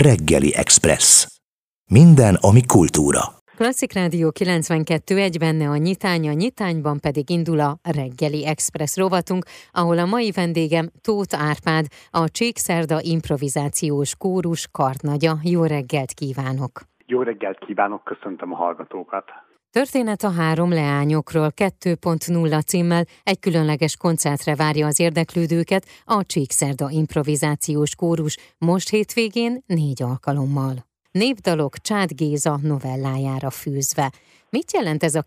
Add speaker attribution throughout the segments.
Speaker 1: Reggeli Express. Minden, ami kultúra.
Speaker 2: Klasszik Rádió 92.1, benne a nyitány, a nyitányban pedig indul a Reggeli Express rovatunk, ahol a mai vendégem Tóth Árpád, a Csíkszerda improvizációs kórus karnagya. Jó reggelt kívánok!
Speaker 3: Jó reggelt kívánok, köszöntöm a hallgatókat!
Speaker 2: Történet a három leányokról 2.0 címmel egy különleges koncertre várja az érdeklődőket a Csíkszerda improvizációs kórus most hétvégén 4 alkalommal. Népdalok Csád Géza novellájára fűzve. Mit jelent ez a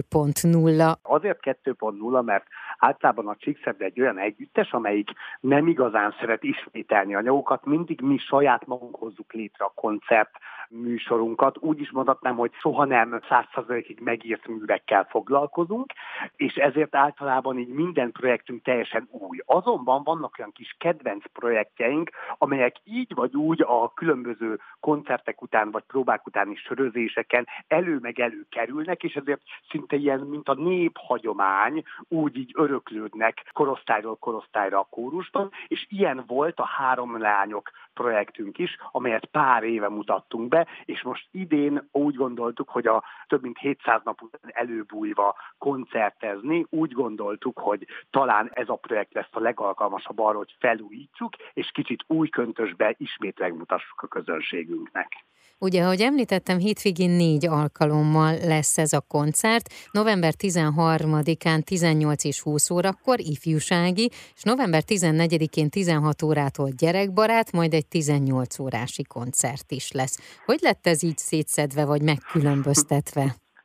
Speaker 2: 2.0?
Speaker 3: Azért 2.0, mert általában a Csíkszerda egy olyan együttes, amelyik nem igazán szeret ismételni anyagokat, mindig mi saját magunk hozzuk létre a koncert műsorunkat. Úgy is mondhatnám, hogy soha nem 100%-ig megírt művekkel foglalkozunk, és ezért általában így minden projektünk teljesen új. Azonban vannak olyan kis kedvenc projektjeink, amelyek így vagy úgy a különböző koncertek után vagy próbák utáni sörözéseken elő kerülnek, és ezért szinte ilyen, mint a néphagyomány, úgy így öröklődnek korosztályról korosztályra a kórusban, és ilyen volt a Három leányok projektünk is, amelyet pár éve mutattunk be, és most idén úgy gondoltuk, hogy a több mint 700 nap után előbújva koncertezni, úgy gondoltuk, hogy talán ez a projekt lesz a legalkalmasabb arra, hogy felújítsuk, és kicsit új köntösbe ismét megmutassuk a közönségünknek.
Speaker 2: Ugye, ahogy említettem, hétvégén 4 alkalommal lesz ez a koncert, november 13-án 18 és 20 órakor ifjúsági, és november 14-én 16 órától gyerekbarát, majd egy 18 órási koncert is lesz. Hogy lett ez így szétszedve, vagy megkülönböztetve?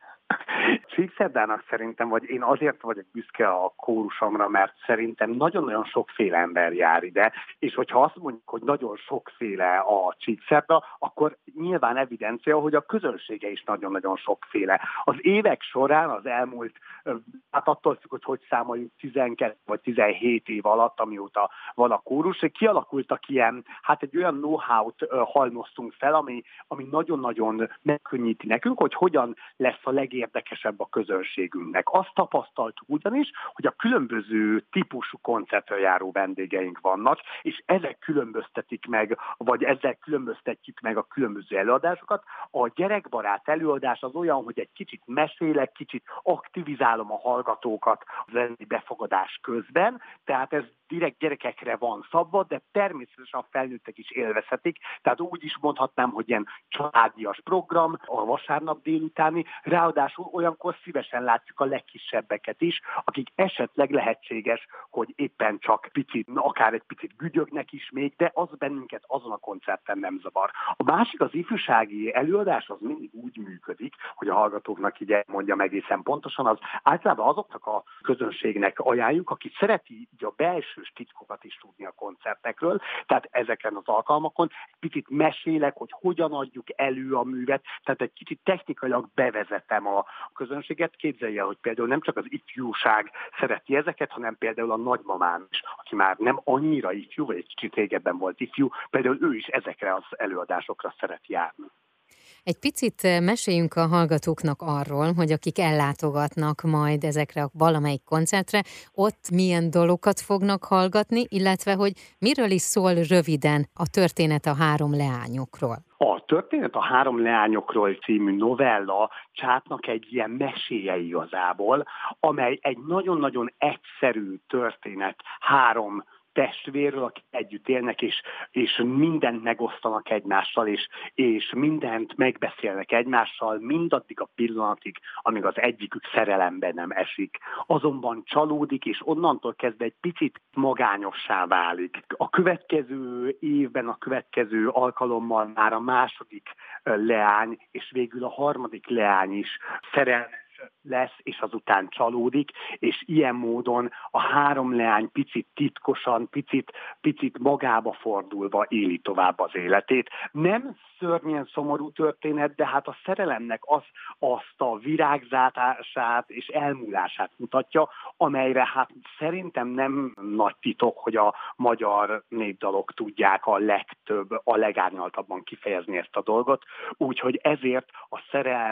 Speaker 3: Csíkszerdának szerintem, vagy én azért vagyok büszke a kórusomra, mert szerintem nagyon-nagyon sokféle ember jár ide, és hogyha azt mondjuk, hogy nagyon sokféle a Csíkszerda, akkor nyilván evidencia, hogy a közönsége is nagyon-nagyon sokféle. Az évek során, az elmúlt, hát attól függ, hogy számoljuk 12 vagy 17 év alatt, amióta van a kórus, kialakultak ilyen, hát egy olyan know-how-t halmoztunk fel, ami nagyon-nagyon megkönnyíti nekünk, hogy hogyan lesz a legérdekesebb a közönségünknek. Azt tapasztaltuk ugyanis, hogy a különböző típusú koncertre járó vendégeink vannak, és ezek különböztetik meg, vagy ezzel különböztetjük meg a különböző előadásokat. A gyerekbarát előadás az olyan, hogy egy kicsit mesélek, kicsit aktivizálom a hallgatókat a zenei befogadás közben, tehát ez direkt gyerekekre van szabva, de természetesen a felnőttek is élvezhetik, tehát úgy is mondhatnám, hogy ilyen családias program, a vasárnap délutáni, ráadásul olyankor szívesen látjuk a legkisebbeket is, akik esetleg lehetséges, hogy éppen csak picit, akár egy picit gügyögnek is még, de az bennünket azon a koncerten nem zavar. A másik, az ifjúsági előadás, az mindig úgy működik, hogy a hallgatóknak így mondjam egészen pontosan, az általában azoknak a közönségnek ajánljuk, aki szereti így a belső titkokat is tudni a koncertekről, tehát ezeken az alkalmakon egy picit mesélek, hogy hogyan adjuk elő a művet, tehát egy kicsit technikailag bevezetem a közönséget. Képzelje, hogy például nem csak az ifjúság szereti ezeket, hanem például a nagymamám is, aki már nem annyira ifjú, vagy egy kicsit régebben volt ifjú, például ő is ezekre az előadásokra szeret járni.
Speaker 2: Egy picit meséljünk a hallgatóknak arról, hogy akik ellátogatnak majd ezekre a valamelyik koncertre, ott milyen dalokat fognak hallgatni, illetve hogy miről is szól röviden a történet a három leányokról.
Speaker 3: A Történet a három leányokról című novella Csátnak egy ilyen meséje igazából, amely egy nagyon-nagyon egyszerű történet három testvérről, akik együtt élnek, és mindent megosztanak egymással, és mindent megbeszélnek egymással, mindaddig a pillanatig, amíg az egyikük szerelembe nem esik. Azonban csalódik, és onnantól kezdve egy picit magányossá válik. A következő évben, a következő alkalommal már a második leány, és végül a harmadik leány is szerelmes lesz, és azután csalódik, és ilyen módon a három leány picit titkosan, picit magába fordulva éli tovább az életét. Nem szörnyen szomorú történet, de hát a szerelemnek azt a virágzását és elmúlását mutatja, amelyre hát szerintem nem nagy titok, hogy a magyar népdalok tudják a legtöbb, a legárnyaltabban kifejezni ezt a dolgot, úgyhogy ezért a szerelem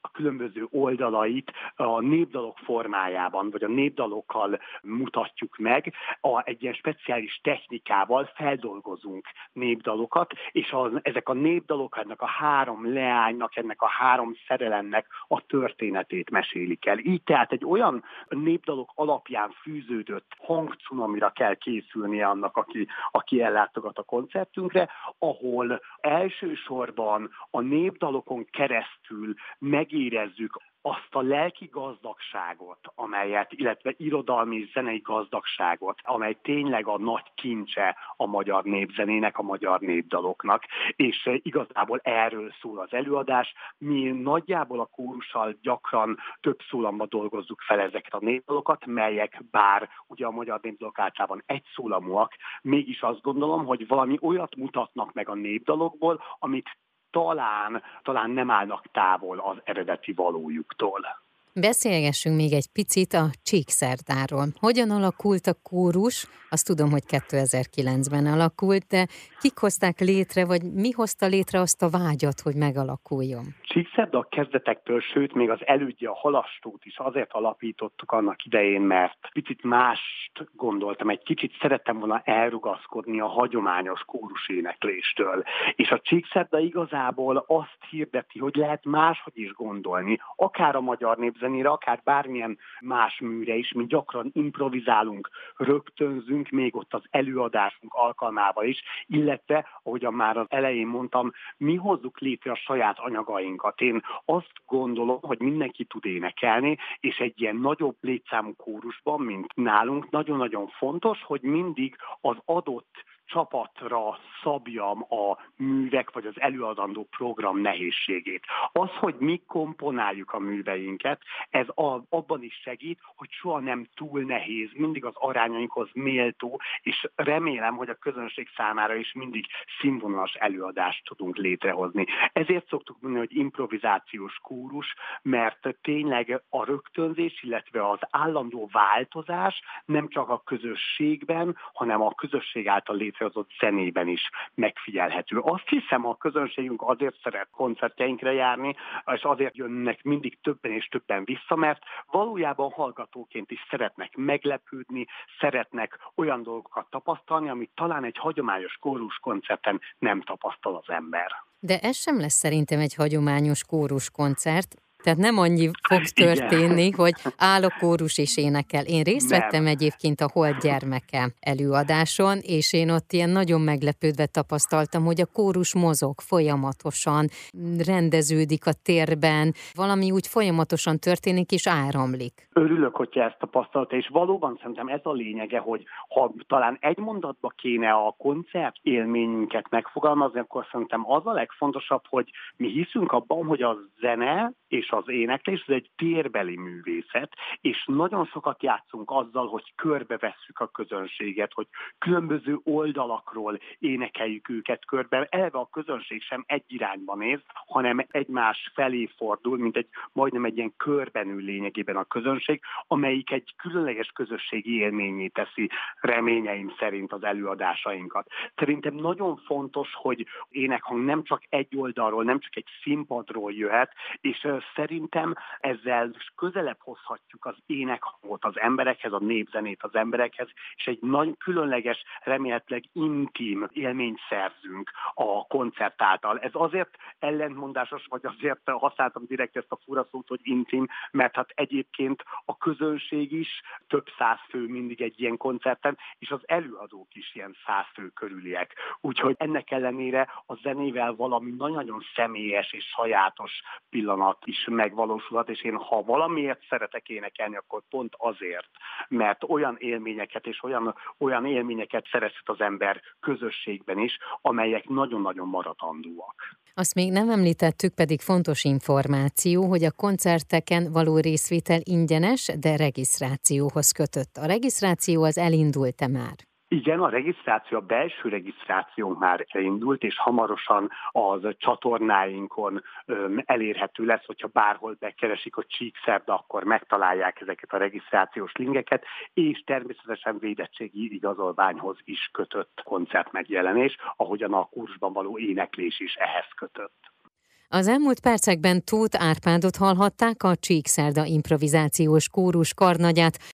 Speaker 3: a különböző oldalait a népdalok formájában, vagy a népdalokkal mutatjuk meg. Egy ilyen speciális technikával feldolgozunk népdalokat, és ezek a népdalok ennek a 3 leánynak, ennek a 3 szerelemnek a történetét mesélik el. Így tehát egy olyan népdalok alapján fűződött hangcunamira kell készülnie annak, aki ellátogat a koncertünkre, ahol elsősorban a népdalokon keresztül megérezzük azt a lelki gazdagságot, illetve irodalmi és zenei gazdagságot, amely tényleg a nagy kincse a magyar népzenének, a magyar népdaloknak, és igazából erről szól az előadás. Mi nagyjából a kórussal gyakran több szólamban dolgozzuk fel ezeket a népdalokat, melyek bár ugye a magyar népdalok általában egyszólamúak, mégis azt gondolom, hogy valami olyat mutatnak meg a népdalokból, amit talán nem állnak távol az eredeti valójuktól.
Speaker 2: Beszélgessünk még egy picit a Csíkszerdáról. Hogyan alakult a kórus? Azt tudom, hogy 2009-ben alakult, de kik hozták létre, vagy mi hozta létre azt a vágyat, hogy megalakuljon?
Speaker 3: Csíkszerda a kezdetektől, sőt még az elődje, a Halastót is azért alapítottuk annak idején, mert picit mást gondoltam, egy kicsit szerettem volna elrugaszkodni a hagyományos kórusénekléstől. És a Csíkszerda igazából azt hirdeti, hogy lehet máshogy is gondolni, akár a magyar népzenére, akár bármilyen más műre is, mi gyakran improvizálunk, rögtönzünk, még ott az előadásunk alkalmával is, illetve, ahogyan már az elején mondtam, mi hozzuk létre a saját anyagainkat. Én azt gondolom, hogy mindenki tud énekelni, és egy ilyen nagyobb létszámú kórusban, mint nálunk, nagyon-nagyon fontos, hogy mindig az adott csapatra szabjam a művek vagy az előadandó program nehézségét. Az, hogy mi komponáljuk a műveinket, ez abban is segít, hogy soha nem túl nehéz, mindig az arányainkhoz méltó, és remélem, hogy a közönség számára is mindig színvonalas előadást tudunk létrehozni. Ezért szoktuk mondani, hogy improvizációs kórus, mert tényleg a rögtönzés, illetve az állandó változás nem csak a közösségben, hanem a közösség által létrehozott zenében is megfigyelhető. Azt hiszem, a közönségünk azért szeret koncertjeinkre járni, és azért jönnek mindig többen és többen vissza, mert valójában hallgatóként is szeretnek meglepődni, szeretnek olyan dolgokat tapasztalni, amit talán egy hagyományos kóruskoncerten nem tapasztal az ember.
Speaker 2: De ez sem lesz szerintem egy hagyományos kóruskoncert. Tehát nem annyi fog történni, hogy áll a kórus és énekel. Én részt vettem egyébként a Hold gyermeke előadáson, és én ott ilyen nagyon meglepődve tapasztaltam, hogy a kórus mozog folyamatosan, rendeződik a térben, valami úgy folyamatosan történik és áramlik.
Speaker 3: Örülök, hogyha ezt tapasztalta, és valóban szerintem ez a lényege, hogy ha talán egy mondatba kéne a koncert élményünket megfogalmazni, akkor szerintem az a legfontosabb, hogy mi hiszünk abban, hogy a zene és az éneklés, ez egy térbeli művészet, és nagyon sokat játszunk azzal, hogy körbevesszük a közönséget, hogy különböző oldalakról énekeljük őket körbe. Eleve a közönség sem egy irányba néz, hanem egymás felé fordul, mint majdnem egy ilyen körben ül lényegében a közönség, amelyik egy különleges közösségi élményé teszi reményeim szerint az előadásainkat. Szerintem nagyon fontos, hogy énekhang nem csak egy oldalról, nem csak egy színpadról jöhet, és szerintem ezzel közelebb hozhatjuk az énekhangot az emberekhez, a népzenét az emberekhez, és egy nagy különleges, remélhetőleg intim élményt szerzünk a koncert által. Ez azért ellentmondásos, vagy azért használtam direkt ezt a fura szót, hogy intim, mert hát egyébként a közönség is több 100 fő mindig egy ilyen koncerten, és az előadók is ilyen 100 fő körüliek. Úgyhogy ennek ellenére a zenével valami nagyon személyes és sajátos pillanat is megvalósulhat, és én ha valamiért szeretek énekelni, akkor pont azért, mert olyan élményeket és olyan élményeket szerezhet az ember közösségben is, amelyek nagyon-nagyon maradandóak.
Speaker 2: Azt még nem említettük, pedig fontos információ, hogy a koncerteken való részvétel ingyenes, de regisztrációhoz kötött. A regisztráció az elindult-e már?
Speaker 3: Igen, a regisztráció, a belső regisztráció már elindult, és hamarosan az csatornáinkon elérhető lesz, hogyha bárhol bekeresik, hogy Csíkszerda, akkor megtalálják ezeket a regisztrációs linkeket, és természetesen védettségi igazolványhoz is kötött koncertmegjelenés, ahogyan a kurzusban való éneklés is ehhez kötött.
Speaker 2: Az elmúlt percekben Tóth Árpádot hallhatták, a Csíkszerda improvizációs kórus karnagyát,